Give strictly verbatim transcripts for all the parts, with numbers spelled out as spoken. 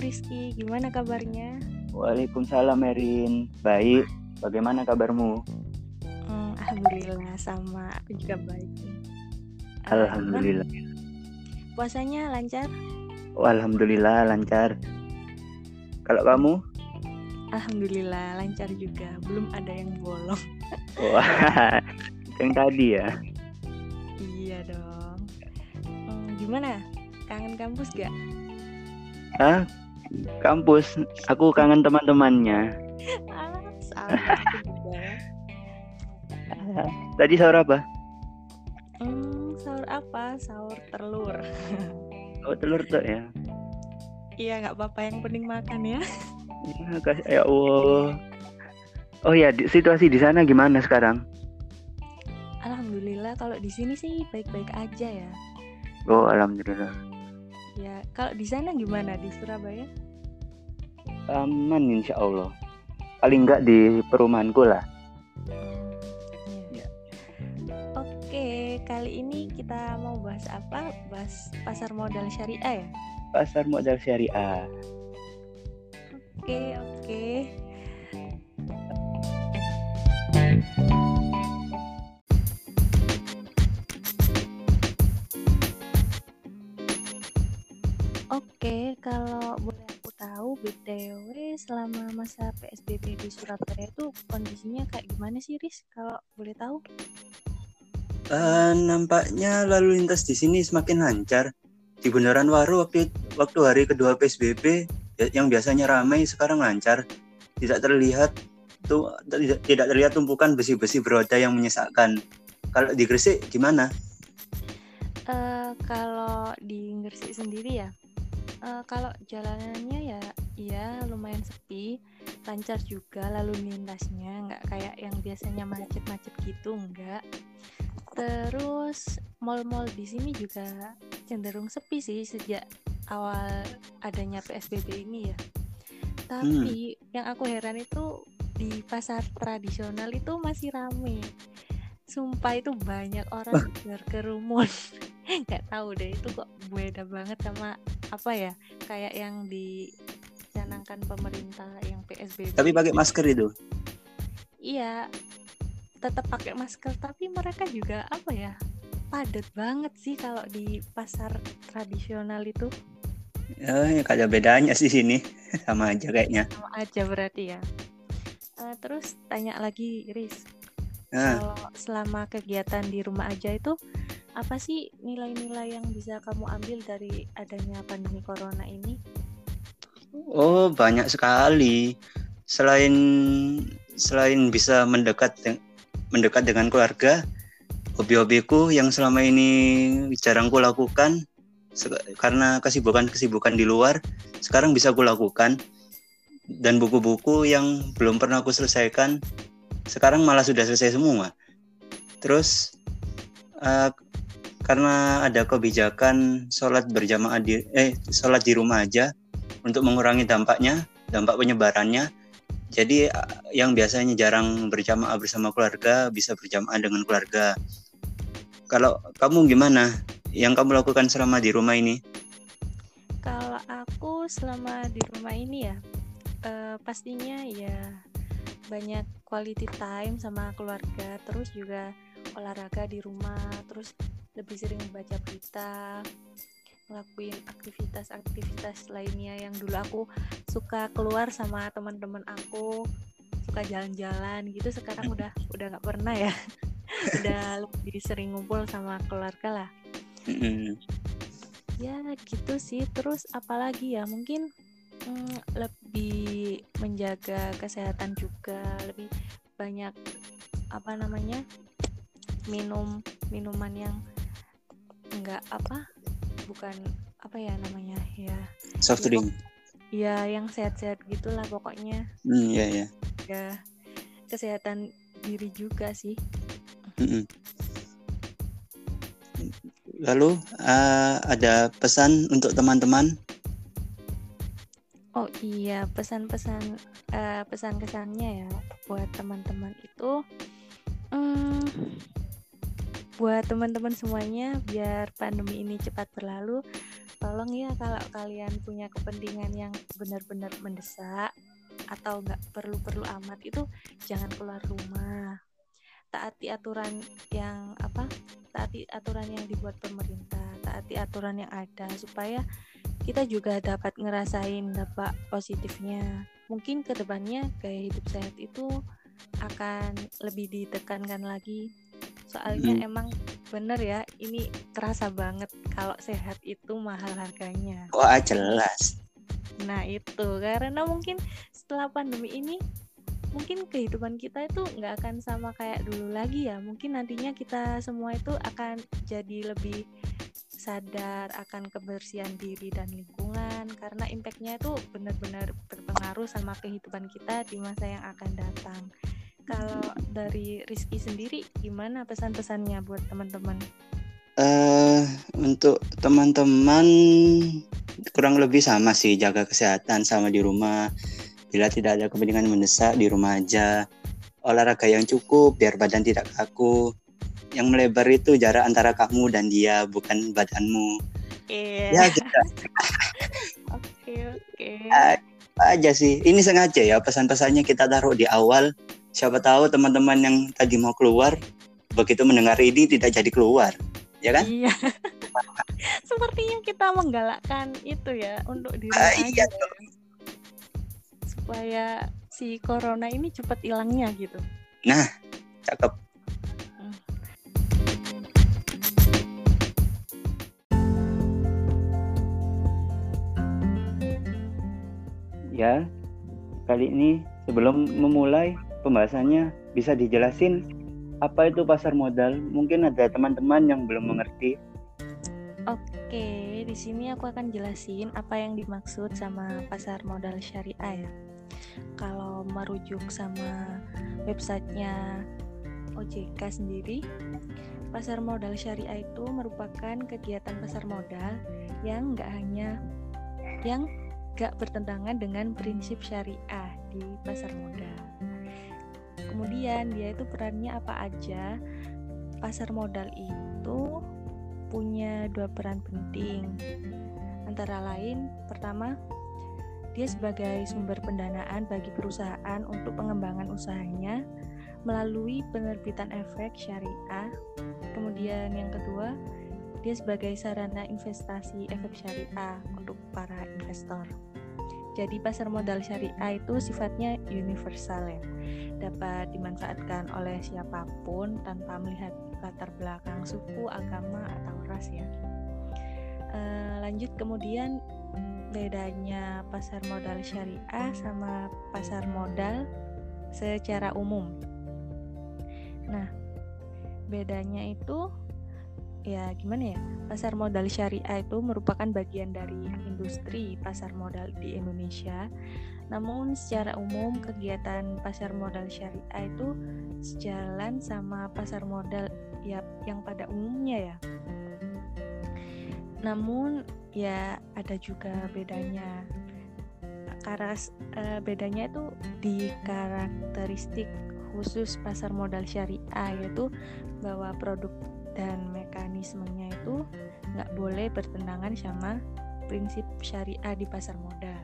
Rizky, gimana kabarnya? Waalaikumsalam Erin. Baik, bagaimana kabarmu? Hmm, Alhamdulillah sama, aku juga baik nih. Eh, gimana? Alhamdulillah. Puasanya lancar? Alhamdulillah lancar. Kalau Hmm, kamu? Alhamdulillah lancar juga, belum ada yang bolong. Wah, yang tadi ya. Iya dong. Hmm, gimana? Kangen kampus gak? Ah, kampus. Aku kangen teman-temannya. Ah, sama aku juga ya. Ah, Tadi sahur apa? Hmm, sahur apa? Sahur telur. Oh, telur tuh ya. Iya, nggak apa-apa, yang penting makan ya. Ya, kas- ya Allah. Oh ya, di- situasi di sana gimana sekarang? Alhamdulillah kalau di sini sih baik-baik aja ya. Oh, alhamdulillah. Ya, kalau di sana gimana di Surabaya? Aman insya Allah. Paling enggak di perumahanku lah. Iya. Oke, kali ini kita mau bahas apa? Bahas pasar modal syariah ya? Pasar modal syariah. Oke, oke. Oke, kalau boleh aku tahu B T W selama masa P S B B di Surabaya itu kondisinya kayak gimana sih, Riz? Kalau boleh tahu? Uh, nampaknya lalu lintas di sini semakin lancar. Di Bundaran Waru waktu waktu hari kedua P S B B yang biasanya ramai sekarang lancar. Tidak terlihat tuh tidak, tidak terlihat tumpukan besi-besi beroda yang menyesakkan. Kalau di Gresik gimana? Uh, kalau di Gresik sendiri ya, uh, kalau jalanannya ya, ya lumayan sepi, lancar juga lalu lintasnya, nggak kayak yang biasanya macet-macet gitu, enggak. Terus mall-mall di sini juga cenderung sepi sih sejak awal adanya P S B B ini ya. Tapi hmm. yang aku heran itu di pasar tradisional itu masih rame. Sumpah itu banyak orang berkerumun. Gak tahu deh itu kok beda banget sama apa ya, kayak yang dicanangkan pemerintah yang P S B B. Tapi pakai masker itu? Iya, tetap pakai masker, tapi mereka juga apa ya, padat banget sih kalau di pasar tradisional itu. Ya, gak ada bedanya sih sini, sama aja kayaknya. Sama aja berarti ya. Uh, terus tanya lagi, Riz. Nah. Kalau selama kegiatan di rumah aja itu apa sih nilai-nilai yang bisa kamu ambil dari adanya pandemi corona ini? Oh, banyak sekali. Selain selain bisa mendekat mendekat dengan keluarga, hobi-hobiku yang selama ini jarang ku lakukan karena kesibukan-kesibukan di luar sekarang bisa ku lakukan, dan buku-buku yang belum pernah aku selesaikan sekarang malah sudah selesai semua. Terus uh, karena ada kebijakan sholat berjamaah di eh sholat di rumah aja untuk mengurangi dampaknya, dampak penyebarannya. Jadi yang biasanya jarang berjamaah bersama keluarga bisa berjamaah dengan keluarga. Kalau kamu gimana? Yang kamu lakukan selama di rumah ini? Kalau aku selama di rumah ini ya, uh, pastinya ya banyak quality time sama keluarga, terus juga olahraga di rumah, terus lebih sering baca berita, ngelakuin aktivitas-aktivitas lainnya yang dulu aku suka keluar sama teman-teman aku, suka jalan-jalan gitu, sekarang udah udah nggak pernah ya. Udah lebih sering ngumpul sama keluarga lah. Mm-hmm. Ya gitu sih. Terus apalagi ya, mungkin Hmm, lebih menjaga kesehatan juga, lebih banyak apa namanya minum minuman yang enggak apa bukan apa ya namanya ya soft drink ya, yang sehat-sehat gitulah pokoknya. Hmm, ya ya ya kesehatan diri juga sih. Mm-hmm. Lalu uh, ada pesan untuk teman-teman? Oh iya, pesan-pesan uh, pesan-kesannya ya buat teman-teman itu, hmm, buat teman-teman semuanya, biar pandemi ini cepat berlalu, tolong ya kalau kalian punya kepentingan yang benar-benar mendesak atau nggak perlu-perlu amat, itu jangan keluar rumah. Taati aturan yang apa? Taati aturan yang dibuat pemerintah, taati aturan yang ada supaya kita juga dapat ngerasain dampak positifnya. Mungkin kedepannya gaya hidup sehat itu akan lebih ditekankan lagi. Soalnya hmm. emang bener ya, ini kerasa banget kalau sehat itu mahal harganya. Wah, jelas. Nah itu, karena mungkin setelah pandemi ini, mungkin kehidupan kita itu nggak akan sama kayak dulu lagi ya. Mungkin nantinya kita semua itu akan jadi lebih sadar akan kebersihan diri dan lingkungan, karena impact-nya itu benar-benar berpengaruh sama kehidupan kita di masa yang akan datang. Kalau dari Rizky sendiri, gimana pesan-pesannya buat teman-teman? Uh, untuk teman-teman kurang lebih sama sih, jaga kesehatan sama di rumah. Bila tidak ada kepentingan mendesak, di rumah aja. Olahraga yang cukup biar badan tidak kaku. Yang melebar itu jarak antara kamu dan dia, bukan badanmu. Yeah. Ya gitu. Oke oke. Aja sih. Ini sengaja ya pesan-pesannya kita taruh di awal. Siapa tahu teman-teman yang tadi mau keluar, begitu mendengar ini tidak jadi keluar, ya kan? Iya. Sepertinya kita menggalakkan itu ya untuk diri ah, aja. Iya, ya. Supaya si corona ini cepat hilangnya gitu. Nah, cakep. Hmm. Ya, kali ini sebelum memulai pembahasannya, bisa dijelasin apa itu pasar modal? Mungkin ada teman-teman yang belum mengerti. Oke, di sini aku akan jelasin apa yang dimaksud sama pasar modal syariah ya. Kalau merujuk sama websitenya O J K sendiri, pasar modal syariah itu merupakan kegiatan pasar modal yang nggak hanya yang nggak bertentangan dengan prinsip syariah di pasar modal. Kemudian dia itu perannya apa aja? Pasar modal itu punya dua peran penting. Antara lain, pertama, dia sebagai sumber pendanaan bagi perusahaan untuk pengembangan usahanya melalui penerbitan efek syariah. Kemudian yang kedua, dia sebagai sarana investasi efek syariah untuk para investor. Jadi pasar modal syariah itu sifatnya universal ya, dapat dimanfaatkan oleh siapapun tanpa melihat latar belakang suku, agama, atau ras ya. E, lanjut kemudian bedanya pasar modal syariah sama pasar modal secara umum. Nah, bedanya itu ya gimana ya? Pasar modal syariah itu merupakan bagian dari industri pasar modal di Indonesia. Namun secara umum kegiatan pasar modal syariah itu sejalan sama pasar modal ya yang pada umumnya ya. Namun ya ada juga bedanya. Karena uh, bedanya itu di karakteristik khusus pasar modal syariah, yaitu bahwa produk dan mekanismenya itu nggak boleh bertentangan sama prinsip syariah di pasar modal.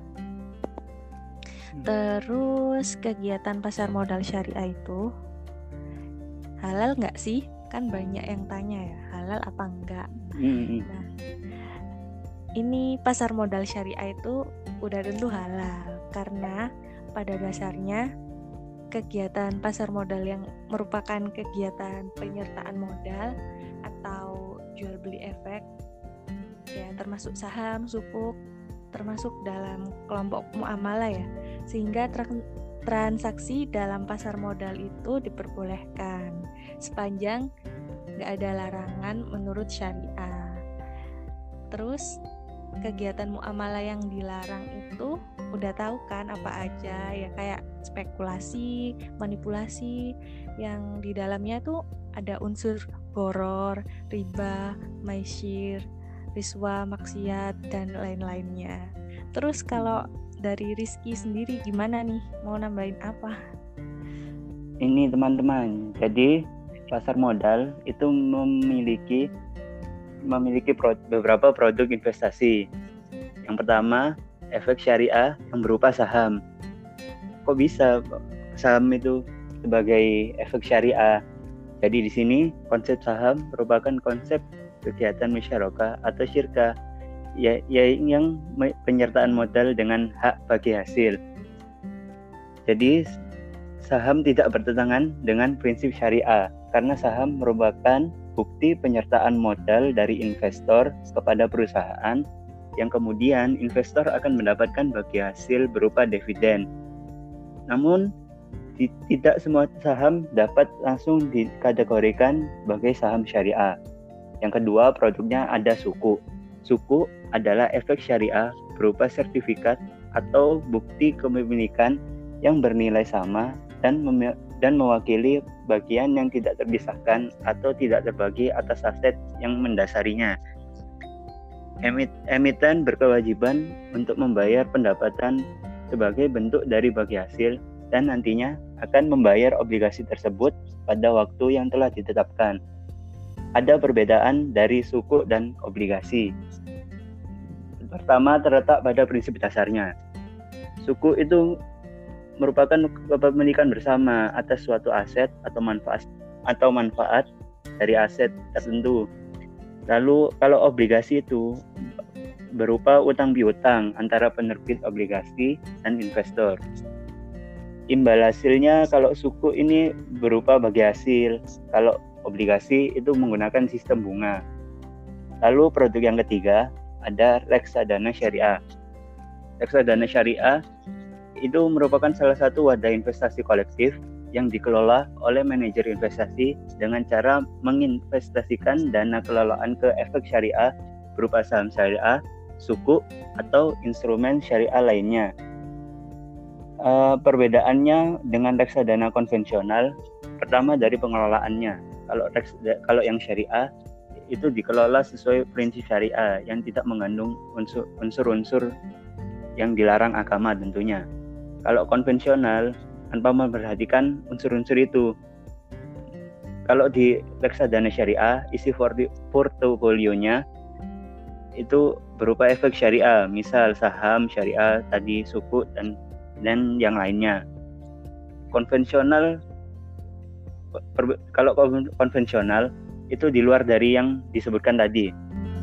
Terus kegiatan pasar modal syariah itu halal nggak sih? Kan banyak yang tanya ya, halal apa enggak? Nah, ini pasar modal syariah itu udah tentu halal karena pada dasarnya kegiatan pasar modal yang merupakan kegiatan penyertaan modal atau jual beli efek ya, termasuk saham, sukuk, termasuk dalam kelompok muamalah ya, sehingga tra- transaksi dalam pasar modal itu diperbolehkan sepanjang nggak ada larangan menurut syariah. Terus kegiatan muamalah yang dilarang itu udah tahu kan apa aja ya, kayak spekulasi, manipulasi yang di dalamnya tuh ada unsur gharar, riba, maisir, riswa, maksiat, dan lain-lainnya. Terus kalau dari Rizky sendiri gimana nih? Mau nambahin apa? Ini teman-teman, jadi pasar modal itu memiliki memiliki pro, beberapa produk investasi. Yang pertama, efek syariah yang berupa saham. Kok bisa saham itu sebagai efek syariah? Jadi di sini konsep saham merupakan konsep kegiatan musyarakah atau syirkah, ya, ya yang penyertaan modal dengan hak bagi hasil. Jadi saham tidak bertentangan dengan prinsip syariah karena saham merupakan bukti penyertaan modal dari investor kepada perusahaan yang kemudian investor akan mendapatkan bagi hasil berupa dividen. Namun di, tidak semua saham dapat langsung dikategorikan sebagai saham syariah. Yang kedua, produknya ada suku. Suku adalah efek syariah berupa sertifikat atau bukti kepemilikan yang bernilai sama dan mem- dan mewakili bagian yang tidak terpisahkan atau tidak terbagi atas aset yang mendasarinya. Emit, emiten berkewajiban untuk membayar pendapatan sebagai bentuk dari bagi hasil dan nantinya akan membayar obligasi tersebut pada waktu yang telah ditetapkan. Ada perbedaan dari suku dan obligasi. Pertama, terletak pada prinsip dasarnya. Suku itu merupakan kepemilikan bersama atas suatu aset atau manfaat atau manfaat dari aset tertentu. Lalu kalau obligasi itu berupa utang piutang antara penerbit obligasi dan investor. Imbal hasilnya kalau suku ini berupa bagi hasil, kalau obligasi itu menggunakan sistem bunga. Lalu produk yang ketiga ada reksadana syariah. Reksadana syariah itu merupakan salah satu wadah investasi kolektif yang dikelola oleh manajer investasi dengan cara menginvestasikan dana kelolaan ke efek syariah berupa saham syariah, suku, atau instrumen syariah lainnya. Uh, perbedaannya dengan reksadana konvensional, pertama dari pengelolaannya. Kalau reks, kalau yang syariah itu dikelola sesuai prinsip syariah yang tidak mengandung unsur, unsur-unsur yang dilarang agama tentunya. Kalau konvensional tanpa memperhatikan unsur-unsur itu. Kalau di reksadana syariah, isi portofolionya itu berupa efek syariah, misal saham syariah, tadi suku dan dan yang lainnya. Konvensional, per, kalau konvensional itu di luar dari yang disebutkan tadi.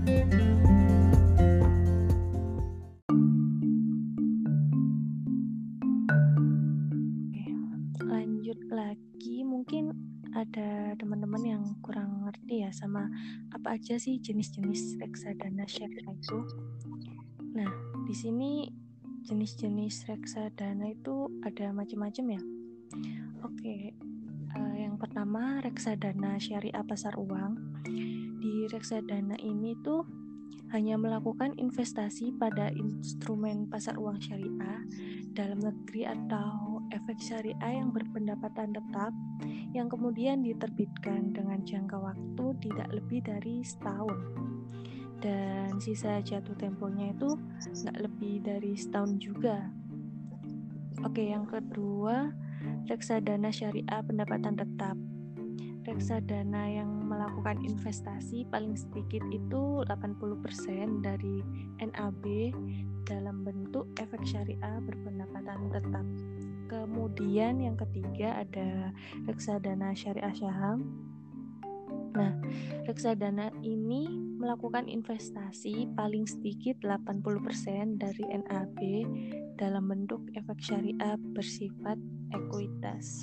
Ada teman-teman yang kurang ngerti ya sama apa aja sih jenis-jenis reksadana syariah itu. Nah, di sini jenis-jenis reksadana itu ada macam-macam ya. Oke, uh, yang pertama reksadana syariah pasar uang. Di reksadana ini tuh hanya melakukan investasi pada instrumen pasar uang syariah dalam negeri atau efek syariah yang berpendapatan tetap yang kemudian diterbitkan dengan jangka waktu tidak lebih dari setahun dan sisa jatuh temponya itu nggak lebih dari setahun juga. Oke, yang kedua reksadana syariah pendapatan tetap. Reksadana yang melakukan investasi paling sedikit itu delapan puluh persen dari N A B dalam bentuk efek syariah berpendapatan tetap. Kemudian yang ketiga ada reksadana syariah saham. Nah, reksadana ini melakukan investasi paling sedikit delapan puluh persen dari N A B dalam bentuk efek syariah bersifat ekuitas.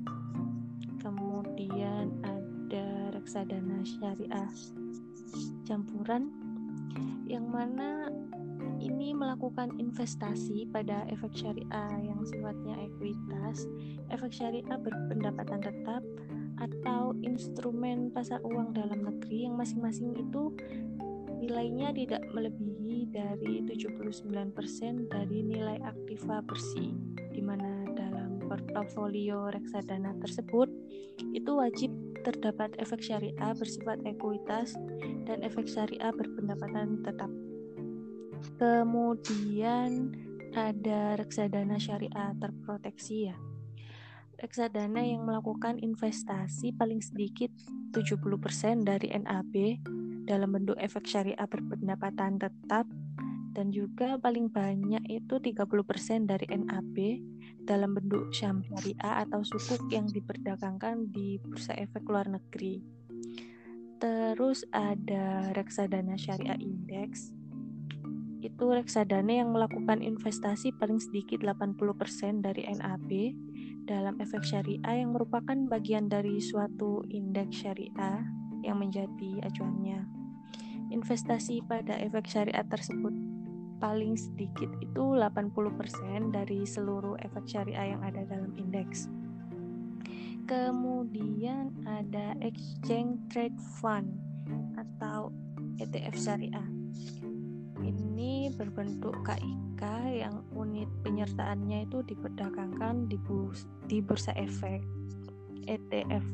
Kemudian ada reksadana syariah campuran yang mana ini melakukan investasi pada efek syariah yang sifatnya ekuitas, efek syariah berpendapatan tetap, atau instrumen pasar uang dalam negeri yang masing-masing itu nilainya tidak melebihi dari tujuh puluh sembilan persen dari nilai aktiva bersih, di mana dalam portofolio reksadana tersebut itu wajib terdapat efek syariah bersifat ekuitas dan efek syariah berpendapatan tetap. Kemudian ada reksadana syariah terproteksi ya. reksadana yang melakukan investasi paling sedikit tujuh puluh persen dari N A B dalam bentuk efek syariah berpendapatan tetap, dan juga paling banyak itu tiga puluh persen dari N A B dalam bentuk syaham syariah atau sukuk yang diperdagangkan di bursa efek luar negeri. Terus ada reksadana syariah indeks. Itu reksadana yang melakukan investasi paling sedikit delapan puluh persen dari N A B dalam efek syariah yang merupakan bagian dari suatu indeks syariah yang menjadi acuannya. Investasi pada efek syariah tersebut paling sedikit itu delapan puluh persen dari seluruh efek syariah yang ada dalam indeks. Kemudian ada Exchange Trade Fund atau E T F syariah. Ini berbentuk K I K yang unit penyertaannya itu diperdagangkan di, burs, di bursa efek E T F.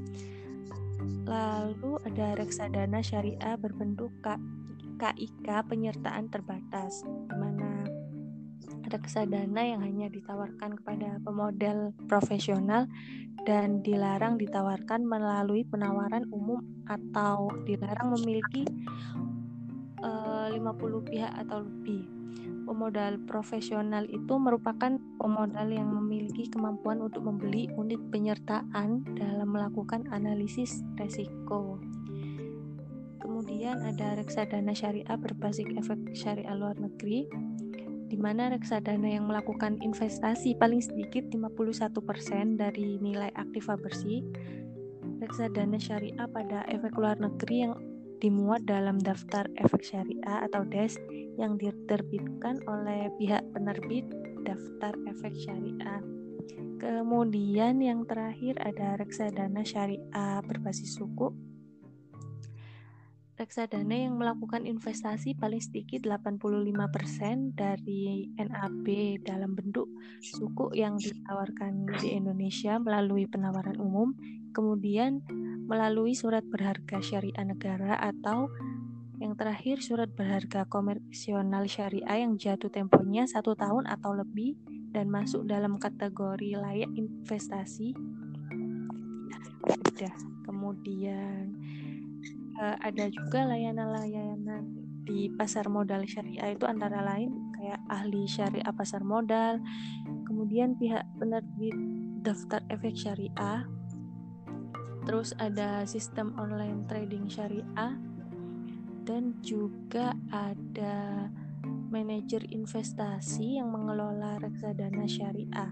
Lalu ada reksadana syariah berbentuk K I K penyertaan terbatas, di mana reksadana yang hanya ditawarkan kepada pemodal profesional dan dilarang ditawarkan melalui penawaran umum atau dilarang memiliki uh, lima puluh pihak atau lebih. Pemodal profesional itu merupakan pemodal yang memiliki kemampuan untuk membeli unit penyertaan dalam melakukan analisis resiko. Kemudian ada reksadana syariah berbasis efek syariah luar negeri, di mana reksadana yang melakukan investasi paling sedikit lima puluh satu persen dari nilai aktiva bersih. Reksadana syariah pada efek luar negeri yang dimuat dalam daftar efek syariah atau D E S yang diterbitkan oleh pihak penerbit daftar efek syariah. Kemudian yang terakhir ada reksadana syariah berbasis sukuk. Reksadana yang melakukan investasi paling sedikit delapan puluh lima persen dari N A B dalam bentuk sukuk yang ditawarkan di Indonesia melalui penawaran umum, kemudian melalui surat berharga syariah negara, atau yang terakhir surat berharga komersional syariah yang jatuh temponya satu tahun atau lebih dan masuk dalam kategori layak investasi. Sudah. Kemudian uh, ada juga layanan-layanan di pasar modal syariah, itu antara lain kayak ahli syariah pasar modal, kemudian pihak penerbit daftar efek syariah, terus ada sistem online trading syariah, dan juga ada manajer investasi yang mengelola reksadana syariah.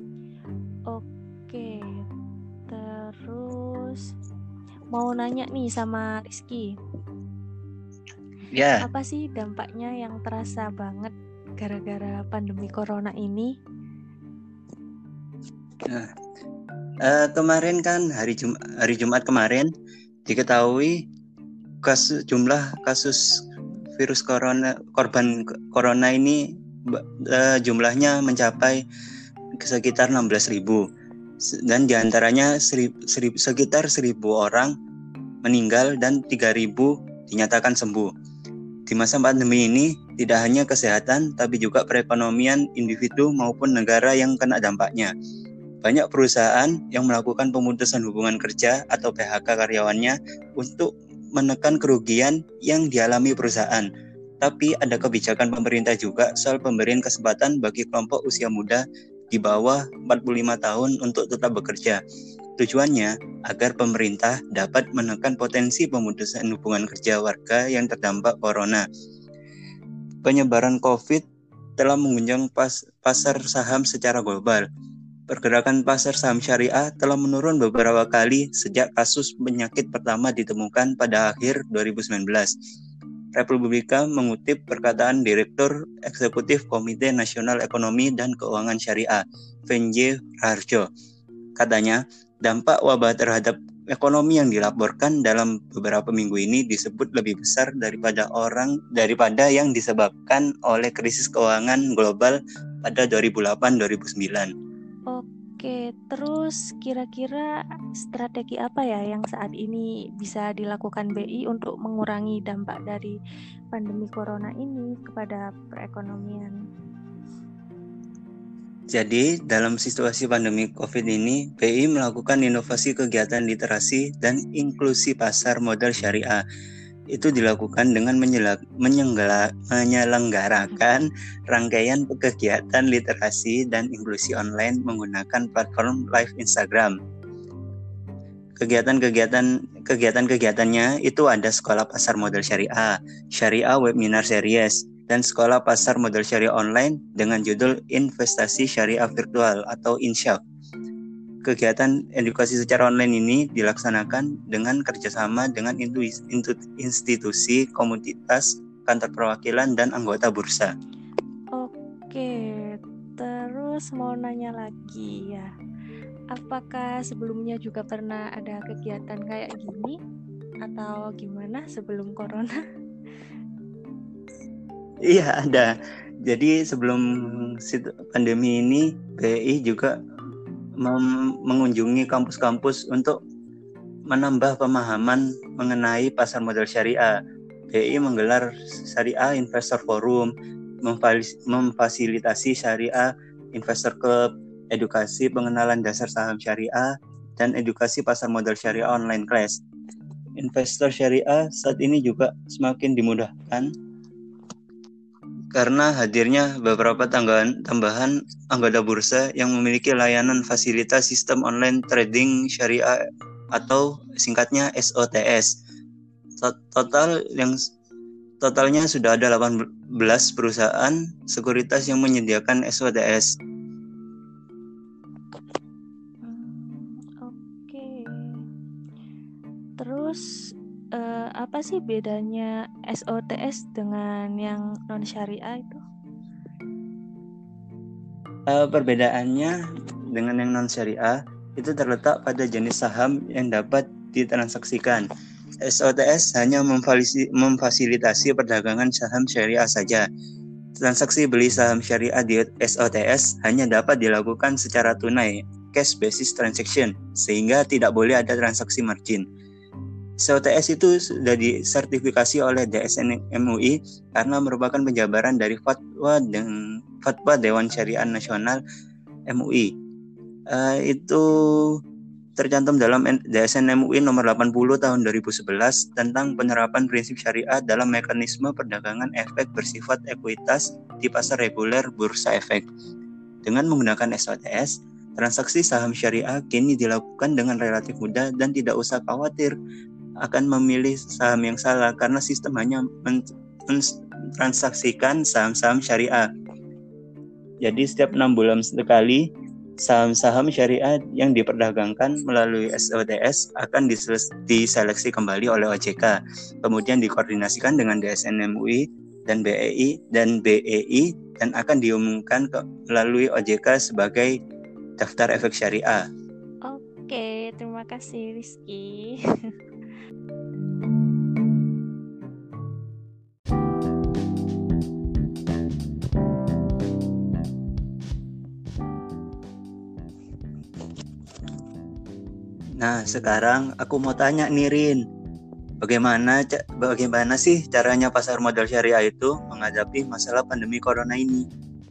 Oke, terus mau nanya nih sama Rizky. Ya. Apa sih dampaknya yang terasa banget gara-gara pandemi corona ini? Nah, uh, kemarin kan hari Jum- hari Jumat kemarin diketahui kasus jumlah kasus virus corona korban corona ini uh, jumlahnya mencapai sekitar enam belas ribu, dan diantaranya seri, seri, sekitar seribu orang meninggal dan tiga ribu dinyatakan sembuh. Di masa pandemi ini tidak hanya kesehatan tapi juga perekonomian individu maupun negara yang kena dampaknya. Banyak perusahaan yang melakukan pemutusan hubungan kerja atau P H K karyawannya untuk menekan kerugian yang dialami perusahaan. Tapi ada kebijakan pemerintah juga soal pemberian kesempatan bagi kelompok usia muda di bawah empat puluh lima tahun untuk tetap bekerja. Tujuannya agar pemerintah dapat menekan potensi pemutusan hubungan kerja warga yang terdampak corona. Penyebaran COVID telah mengguncang pas, pasar saham secara global. Pergerakan pasar saham syariah telah menurun beberapa kali sejak kasus penyakit pertama ditemukan pada akhir dua ribu sembilan belas. Republika mengutip perkataan Direktur Eksekutif Komite Nasional Ekonomi dan Keuangan Syariah, Venje Raharjo. Katanya, dampak wabah terhadap ekonomi yang dilaporkan dalam beberapa minggu ini disebut lebih besar daripada orang daripada yang disebabkan oleh krisis keuangan global pada dua ribu delapan sampai dua ribu sembilan. Oke, terus kira-kira strategi apa ya yang saat ini bisa dilakukan B I untuk mengurangi dampak dari pandemi corona ini kepada perekonomian? Jadi, dalam situasi pandemi COVID ini, B I melakukan inovasi kegiatan literasi dan inklusi pasar modal syariah. Itu dilakukan dengan menyelenggarakan rangkaian kegiatan literasi dan inklusi online menggunakan platform live Instagram. Kegiatan-kegiatan kegiatan-kegiatannya itu ada sekolah pasar modal syariah, syariah webinar series, dan sekolah pasar modal syariah online dengan judul Investasi Syariah Virtual atau INSYAF. Kegiatan edukasi secara online ini dilaksanakan dengan kerjasama dengan institusi, komunitas, kantor perwakilan, dan anggota bursa. Oke, terus mau nanya lagi ya. Apakah sebelumnya juga pernah ada kegiatan kayak gini? Atau gimana sebelum corona? Iya, ada. Jadi sebelum pandemi ini, B I juga mem- mengunjungi kampus-kampus untuk menambah pemahaman mengenai pasar modal syariah. B I menggelar Syariah Investor Forum, memfasilitasi Syariah Investor Club, edukasi pengenalan dasar saham syariah, dan edukasi pasar modal syariah online class. Investor syariah saat ini juga semakin dimudahkan karena hadirnya beberapa tanggahan, tambahan anggota bursa yang memiliki layanan fasilitas sistem online trading syariah atau singkatnya S O T S. Total yang totalnya sudah ada delapan belas perusahaan sekuritas yang menyediakan S O T S. Terus eh, apa sih bedanya S O T S dengan yang non syariah itu? Uh, perbedaannya dengan yang non syariah itu terletak pada jenis saham yang dapat ditransaksikan. S O T S hanya memfasilitasi perdagangan saham syariah saja. Transaksi beli saham syariah di S O T S hanya dapat dilakukan secara tunai, cash basis transaction, sehingga tidak boleh ada transaksi margin. S O T S itu sudah disertifikasi oleh D S N M U I karena merupakan penjabaran dari fatwa dan fatwa Dewan Syariah Nasional M U I. Uh, itu tercantum dalam D S N M U I nomor delapan puluh tahun dua ribu sebelas tentang penerapan prinsip syariah dalam mekanisme perdagangan efek bersifat ekuitas di pasar reguler bursa efek. Dengan menggunakan S O T S, transaksi saham syariah kini dilakukan dengan relatif mudah dan tidak usah khawatir akan memilih saham yang salah karena sistem hanya mentransaksikan saham-saham syariah. Jadi setiap enam bulan sekali saham-saham syariah yang diperdagangkan melalui S O T S akan diseleksi kembali oleh O J K, kemudian dikoordinasikan dengan D S N M U I dan B E I dan B E I dan akan diumumkan ke, melalui O J K sebagai daftar efek syariah. Oke, terima kasih Rizky. Nah, sekarang aku mau tanya nih Rin, bagaimana bagaimana sih caranya pasar modal syariah itu menghadapi masalah pandemi corona ini?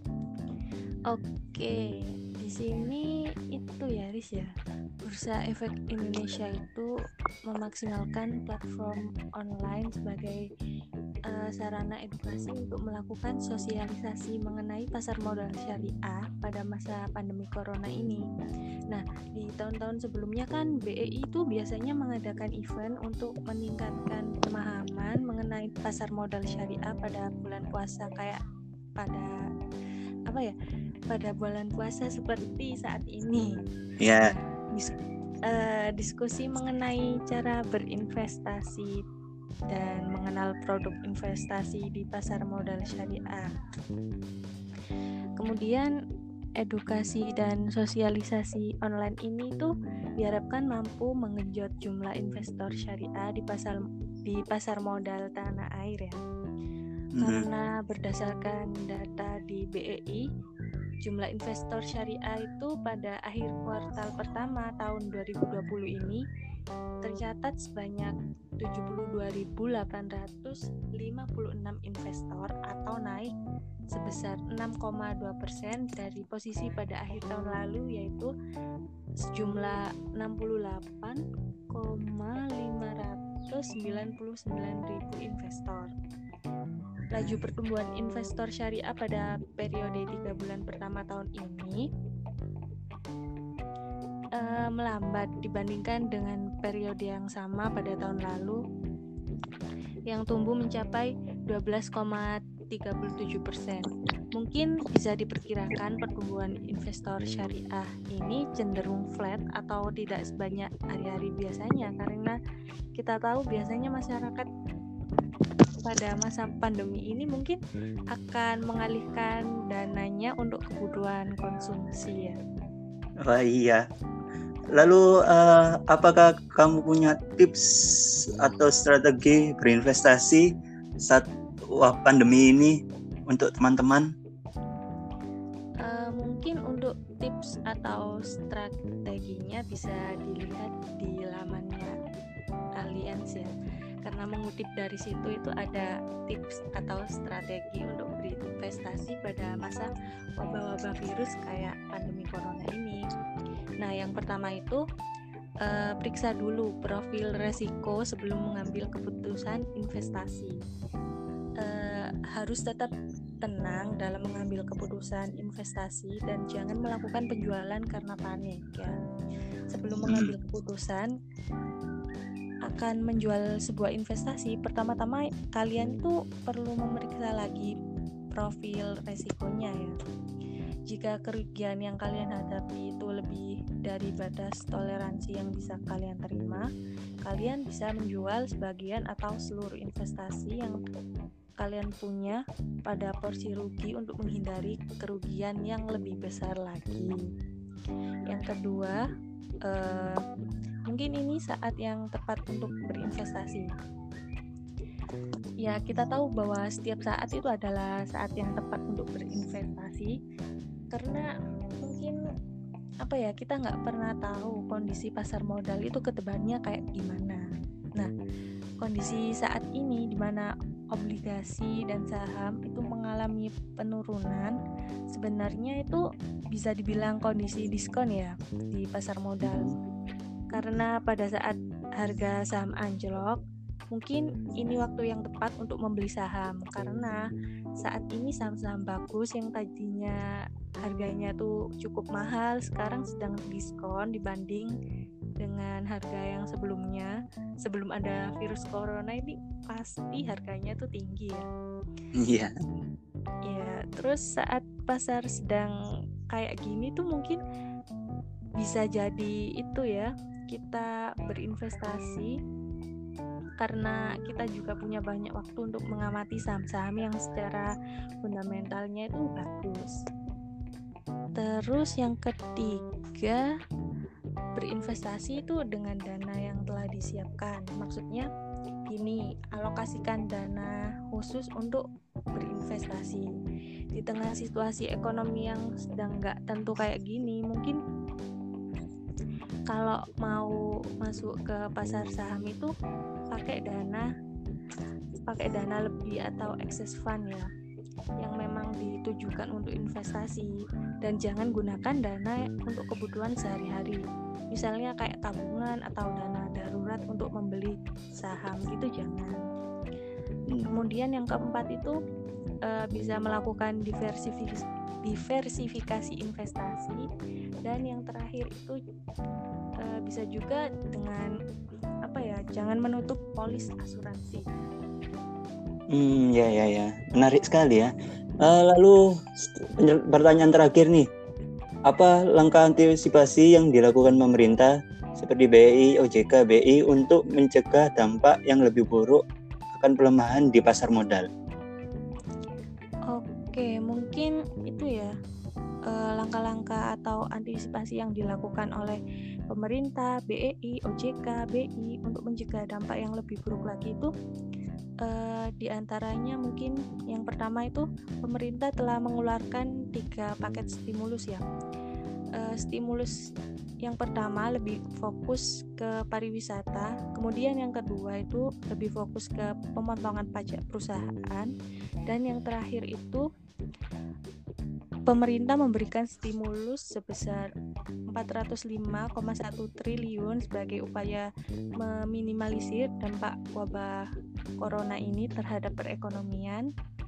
Oke, di sini itu ya Riz ya, Bursa Efek Indonesia itu memaksimalkan platform online sebagai uh, sarana edukasi untuk melakukan sosialisasi mengenai pasar modal syariah pada masa pandemi corona ini. Nah, di tahun-tahun sebelumnya kan B E I itu biasanya mengadakan event untuk meningkatkan pemahaman mengenai pasar modal syariah pada bulan puasa kayak pada apa ya? pada bulan puasa seperti saat ini. Ya. Yeah. Nah, dis- uh, diskusi mengenai cara berinvestasi dan mengenal produk investasi di pasar modal syariah. Kemudian edukasi dan sosialisasi online ini tuh diharapkan mampu menggenjot jumlah investor syariah di pasar di pasar modal tanah air ya. Mm-hmm. Karena berdasarkan data di B E I, jumlah investor syariah itu pada akhir kuartal pertama tahun dua ribu dua puluh ini tercatat sebanyak tujuh puluh dua ribu delapan ratus lima puluh enam investor atau naik sebesar enam koma dua persen dari posisi pada akhir tahun lalu, yaitu sejumlah enam puluh delapan koma lima sembilan sembilan ribu investor. Laju pertumbuhan investor syariah pada periode tiga bulan pertama tahun ini uh, melambat dibandingkan dengan periode yang sama pada tahun lalu yang tumbuh mencapai dua belas koma tiga puluh tujuh persen. Mungkin bisa diperkirakan pertumbuhan investor syariah ini cenderung flat atau tidak sebanyak hari-hari biasanya, karena kita tahu biasanya masyarakat pada masa pandemi ini mungkin akan mengalihkan dananya untuk kebutuhan konsumsi ya. Wah iya. Lalu uh, apakah kamu punya tips atau strategi berinvestasi saat wah, pandemi ini untuk teman-teman? Uh, mungkin untuk tips atau strateginya bisa dilihat di lamannya Allianz ya. Karena mengutip dari situ itu ada tips atau strategi untuk berinvestasi pada masa wabah-wabah virus kayak pandemi corona ini. Nah, yang pertama itu eh, periksa dulu profil resiko sebelum mengambil keputusan investasi. Eh, harus tetap tenang dalam mengambil keputusan investasi dan jangan melakukan penjualan karena panik ya. Sebelum mengambil keputusan akan menjual sebuah investasi, pertama-tama kalian tuh perlu memeriksa lagi profil resikonya ya. Jika kerugian yang kalian hadapi itu lebih dari batas toleransi yang bisa kalian terima, kalian bisa menjual sebagian atau seluruh investasi yang kalian punya pada porsi rugi untuk menghindari kerugian yang lebih besar lagi. Yang kedua, eh, mungkin ini saat yang tepat untuk berinvestasi. Ya, kita tahu bahwa setiap saat itu adalah saat yang tepat untuk berinvestasi, karena mungkin apa ya, kita nggak pernah tahu kondisi pasar modal itu kedepannya kayak gimana. Nah, kondisi saat ini di mana obligasi dan saham itu mengalami penurunan, sebenarnya itu bisa dibilang kondisi diskon ya di pasar modal. Karena pada saat harga saham anjlok, mungkin ini waktu yang tepat untuk membeli saham, karena saat ini saham-saham bagus yang tadinya harganya tuh cukup mahal sekarang sedang diskon dibanding dengan harga yang sebelumnya. Sebelum ada virus corona ini pasti harganya tuh tinggi ya. Iya. Ya, terus saat pasar sedang kayak gini tuh mungkin bisa jadi itu ya, kita berinvestasi karena kita juga punya banyak waktu untuk mengamati saham-saham yang secara fundamentalnya itu bagus. Terus yang ketiga, berinvestasi itu dengan dana yang telah disiapkan. Maksudnya gini, alokasikan dana khusus untuk berinvestasi. Di tengah situasi ekonomi yang sedang nggak tentu kayak gini, mungkin kalau mau masuk ke pasar saham itu pakai dana pakai dana lebih atau excess fund ya, yang memang ditujukan untuk investasi, dan jangan gunakan dana untuk kebutuhan sehari-hari. Misalnya kayak tabungan atau dana darurat untuk membeli saham gitu jangan. Kemudian yang keempat itu e, bisa melakukan diversifikasi diversifikasi investasi, dan yang terakhir itu e, bisa juga dengan apa ya, jangan menutup polis asuransi. Hmm, ya ya ya, menarik sekali ya. Uh, lalu pertanyaan terakhir nih, apa langkah antisipasi yang dilakukan pemerintah seperti B R I, O J K, B I untuk mencegah dampak yang lebih buruk akan pelemahan di pasar modal? Oke, mungkin itu ya uh, langkah-langkah atau antisipasi yang dilakukan oleh pemerintah, B R I, O J K, B I untuk mencegah dampak yang lebih buruk lagi itu uh, diantaranya mungkin yang pertama itu pemerintah telah mengeluarkan tiga paket stimulus ya. uh, stimulus yang pertama lebih fokus ke pariwisata, kemudian yang kedua itu lebih fokus ke pemotongan pajak perusahaan, dan yang terakhir itu pemerintah memberikan stimulus sebesar empat ratus lima koma satu triliun sebagai upaya meminimalisir dampak wabah corona ini terhadap perekonomian.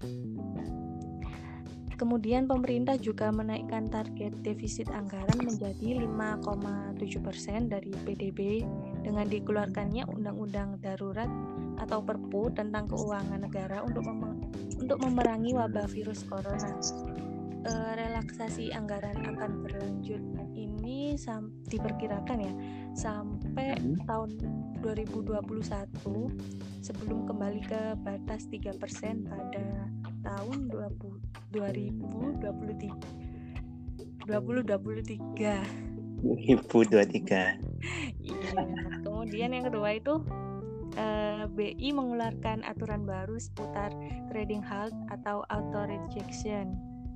Kemudian pemerintah juga menaikkan target defisit anggaran menjadi lima koma tujuh persen dari P D B dengan dikeluarkannya Undang-Undang Darurat atau Perpu tentang Keuangan Negara untuk mem- untuk memerangi wabah virus corona. E, relaksasi anggaran akan berlanjut ini sam- diperkirakan ya sampai tahun dua ribu dua puluh satu sebelum kembali ke batas tiga persen pada tahun dua ribu dua puluh tiga. dua ribu dua puluh tiga. Iya. Kemudian yang kedua itu eh, B I mengeluarkan aturan baru seputar trading halt atau auto rejection.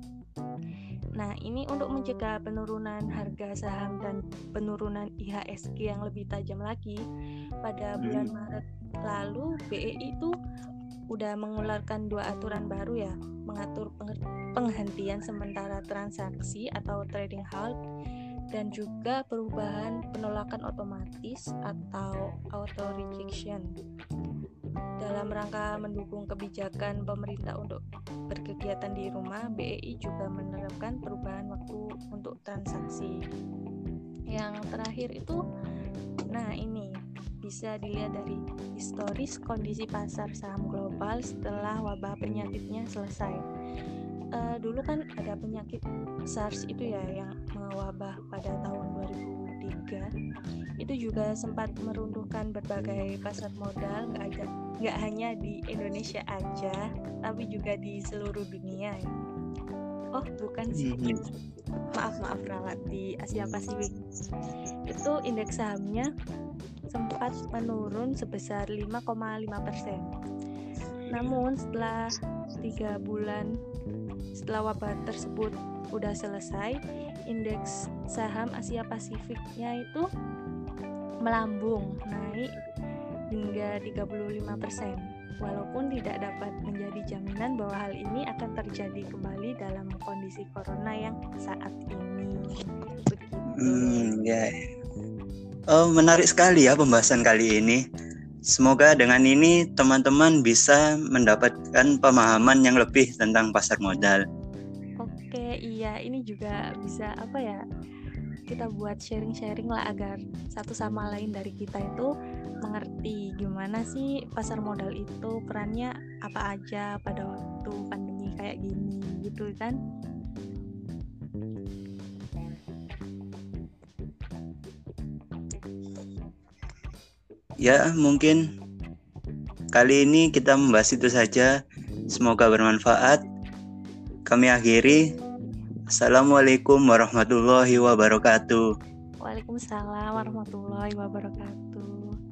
Nah, ini untuk mencegah penurunan harga saham dan penurunan I H S G yang lebih tajam lagi. Pada bulan Maret lalu B I itu udah mengeluarkan dua aturan baru ya, mengatur penghentian sementara transaksi atau trading halt dan juga perubahan penolakan otomatis atau auto rejection. Dalam rangka mendukung kebijakan pemerintah untuk berkegiatan di rumah, B I juga menerapkan perubahan waktu untuk transaksi. Yang terakhir itu, nah ini bisa dilihat dari historis kondisi pasar saham global setelah wabah penyakitnya selesai. Uh, dulu kan ada penyakit SARS itu ya yang mewabah pada tahun dua ribu tiga. Itu juga sempat meruntuhkan berbagai pasar modal, nggak ada, nggak hanya di Indonesia aja, tapi juga di seluruh dunia. Ya. Oh bukan sih, maaf maaf ralat di Asia Pasifik. Itu indeks sahamnya sempat menurun sebesar lima koma lima persen. Namun setelah tiga bulan setelah wabah tersebut udah selesai, indeks saham Asia Pasifiknya itu melambung naik hingga tiga puluh lima persen. Walaupun tidak dapat menjadi jaminan bahwa hal ini akan terjadi kembali dalam kondisi corona yang saat ini. Begitu. Hmm, ya. Oh, menarik sekali ya pembahasan kali ini. Semoga dengan ini teman-teman bisa mendapatkan pemahaman yang lebih tentang pasar modal. Oke, iya, ini juga bisa apa ya? Kita buat sharing-sharing lah agar satu sama lain dari kita itu mengerti gimana sih pasar modal itu, perannya apa aja pada waktu pandemi kayak gini gitu kan. Ya, mungkin kali ini kita membahas itu saja. Semoga bermanfaat. Kami akhiri. Assalamualaikum warahmatullahi wabarakatuh. Waalaikumsalam warahmatullahi wabarakatuh.